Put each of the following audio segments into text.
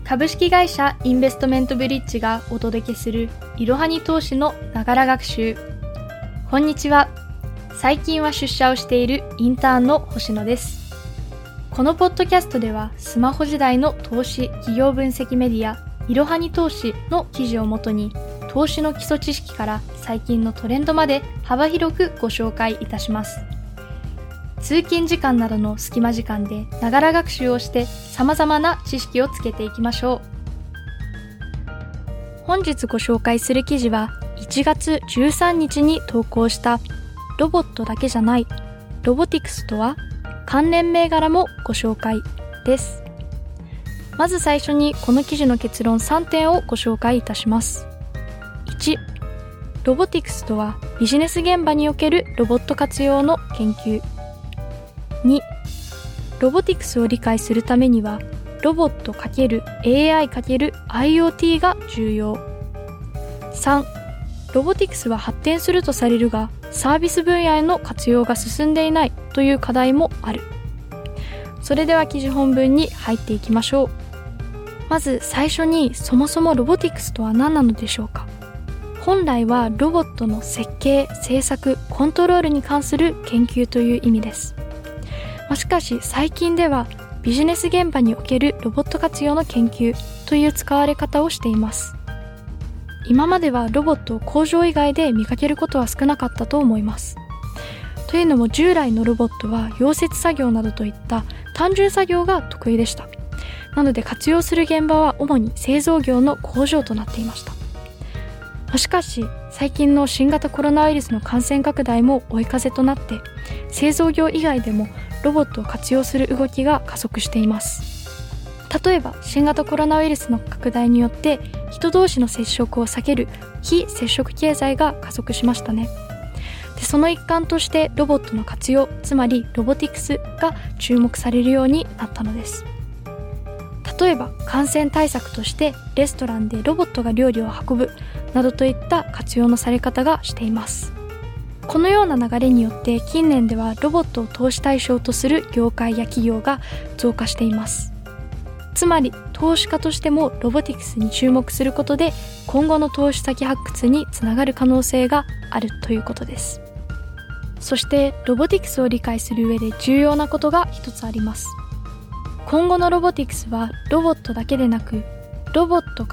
株式会社インベストメントブリッジがお届けするいろはに投資のながら学習。こんにちは。最近は出社をしているインターンの星野です。このポッドキャストではスマホ時代の投資企業分析メディアいろはに投資の記事をもとに投資の基礎知識から最近のトレンドまで幅広くご紹介いたします。通勤時間などの隙間時間でながら学習をして様々な知識をつけていきましょう。本日ご紹介する記事は1月13日に投稿したロボットだけじゃないロボティクスとは関連銘柄もご紹介です。まず最初にこの記事の結論3点をご紹介いたします。1、ロボティクスとはビジネス現場におけるロボット活用の研究。2、ロボティクスを理解するためにはロボット×AI×IoT が重要。3、ロボティクスは発展するとされるがサービス分野への活用が進んでいないという課題もある。それでは記事本文に入っていきましょう。まず最初にそもそもロボティクスとは何なのでしょうか。本来はロボットの設計、製作、コントロールに関する研究という意味です。しかし最近ではビジネス現場におけるロボット活用の研究という使われ方をしています。今まではロボットを工場以外で見かけることは少なかったと思います。というのも従来のロボットは溶接作業などといった単純作業が得意でした。なので活用する現場は主に製造業の工場となっていました。しかし最近の新型コロナウイルスの感染拡大も追い風となって製造業以外でもロボットを活用する動きが加速しています。例えば新型コロナウイルスの拡大によって人同士の接触を避ける非接触経済が加速しましたね。でその一環としてロボットの活用、つまりロボティクスが注目されるようになったのです。例えば感染対策としてレストランでロボットが料理を運ぶなどといった活用のされ方がしています。このような流れによって近年ではロボットを投資対象とする業界や企業が増加しています。つまり投資家としてもロボティクスに注目することで今後の投資先発掘につながる可能性があるということです。そしてロボティクスを理解する上で重要なことが一つあります。今後のロボティクスはロボットだけでなくロボット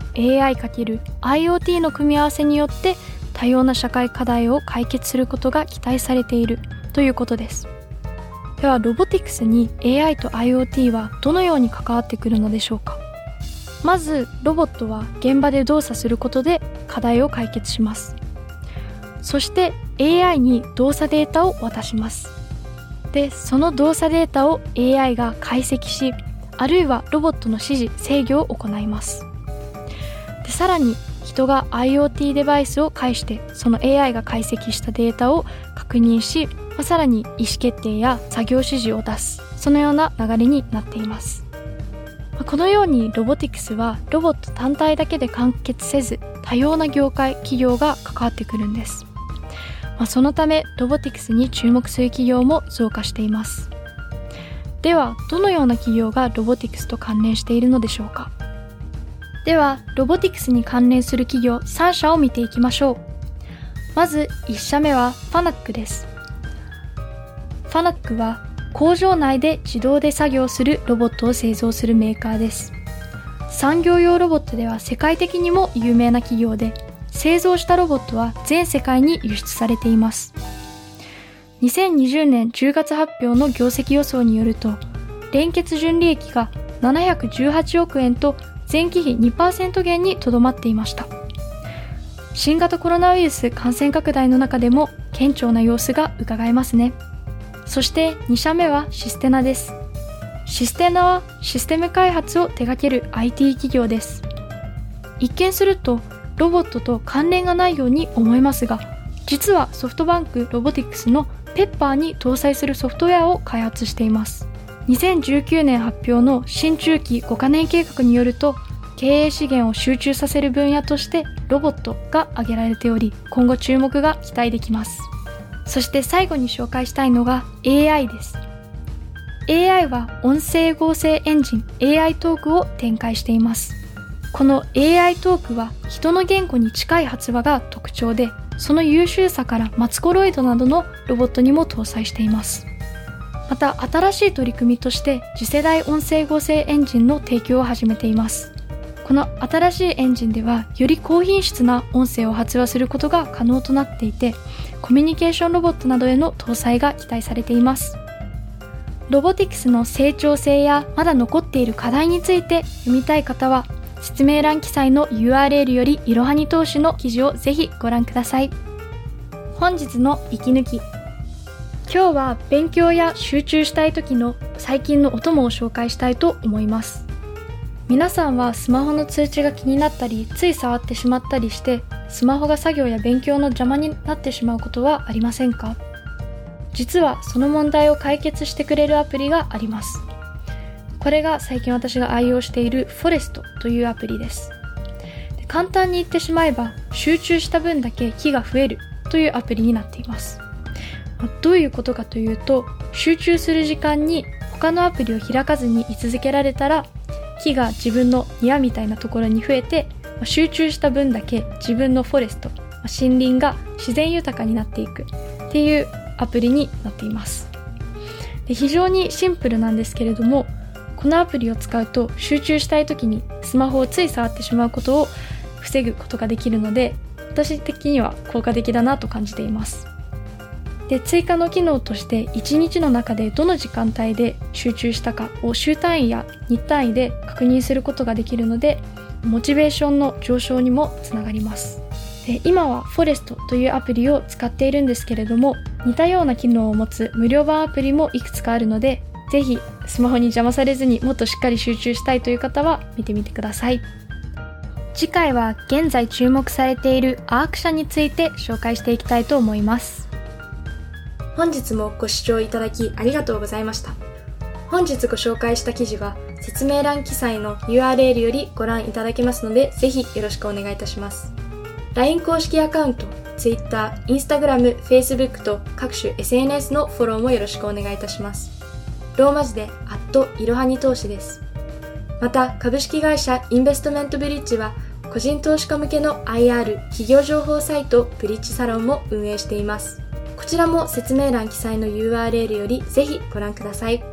×AI×IoT の組み合わせによって多様な社会課題を解決することが期待されているということです。ではロボティクスに AI と IoT はどのように関わってくるのでしょうか。まずロボットは現場で動作することで課題を解決します。そして AI に動作データを渡します。でその動作データを AI が解析し、あるいはロボットの指示制御を行います。でさらに人が IoT デバイスを介してその AI が解析したデータを確認し、さらに意思決定や作業指示を出す、そのような流れになっています。このようにロボティクスはロボット単体だけで完結せず多様な業界、企業が関わってくるんです。そのためロボティクスに注目する企業も増加しています。ではどのような企業がロボティクスと関連しているのでしょうか。ではロボティクスに関連する企業3社を見ていきましょう。まず1社目はファナックです。ファナックは工場内で自動で作業するロボットを製造するメーカーです。産業用ロボットでは世界的にも有名な企業で、製造したロボットは全世界に輸出されています。2020年10月発表の業績予想によると、連結純利益が718億円と前期比 2% 減にとどまっていました。新型コロナウイルス感染拡大の中でも顕著な様子が伺えますね。そして2社目はシステナです。システナはシステム開発を手掛ける IT 企業です。一見するとロボットと関連がないように思えますが、実はソフトバンクロボティクスのペッパーに搭載するソフトウェアを開発しています。2019年発表の新中期5カ年計画によると、経営資源を集中させる分野としてロボットが挙げられており、今後注目が期待できます。そして最後に紹介したいのが AI です。 AI は音声合成エンジン AI トークを展開しています。この AI トークは人の言語に近い発話が特徴で、その優秀さからマツコロイドなどのロボットにも搭載しています。また新しい取り組みとして次世代音声合成エンジンの提供を始めています。この新しいエンジンではより高品質な音声を発話することが可能となっていて、コミュニケーションロボットなどへの搭載が期待されています。ロボティクスの成長性やまだ残っている課題について読みたい方は、説明欄記載の URL よりいろはに投資の記事をぜひご覧ください。本日の息抜き。今日は勉強や集中したい時の最近のお供を紹介したいと思います。皆さんはスマホの通知が気になったり、つい触ってしまったりして、スマホが作業や勉強の邪魔になってしまうことはありませんか？実はその問題を解決してくれるアプリがあります。これが最近私が愛用しているフォレストというアプリです。簡単に言ってしまえば、集中した分だけ木が増えるというアプリになっています。どういうことかというと、集中する時間に他のアプリを開かずに居続けられたら、木が自分の庭みたいなところに増えて、集中した分だけ自分のフォレスト、森林が自然豊かになっていくっていうアプリになっています。で、非常にシンプルなんですけれども、このアプリを使うと集中したい時にスマホをつい触ってしまうことを防ぐことができるので、私的には効果的だなと感じています。で、追加の機能として1日の中でどの時間帯で集中したかを週単位や日単位で確認することができるので、モチベーションの上昇にもつながります。で、今はフォレストというアプリを使っているんですけれども、似たような機能を持つ無料版アプリもいくつかあるので、ぜひスマホに邪魔されずにもっとしっかり集中したいという方は見てみてください。次回は現在注目されているアーク社について紹介していきたいと思います。 本日もご視聴いただきありがとうございました。本日ご紹介した記事は説明欄記載の URL よりご覧いただけますので、ぜひよろしくお願いいたします。LINE 公式アカウント、Twitter、Instagram、Facebook と各種 SNS のフォローもよろしくお願いいたします。ローマ字でいろはに投資です。また、株式会社インベストメントブリッジは、個人投資家向けの IR 企業情報サイトブリッジサロンも運営しています。こちらも説明欄記載の URL よりぜひご覧ください。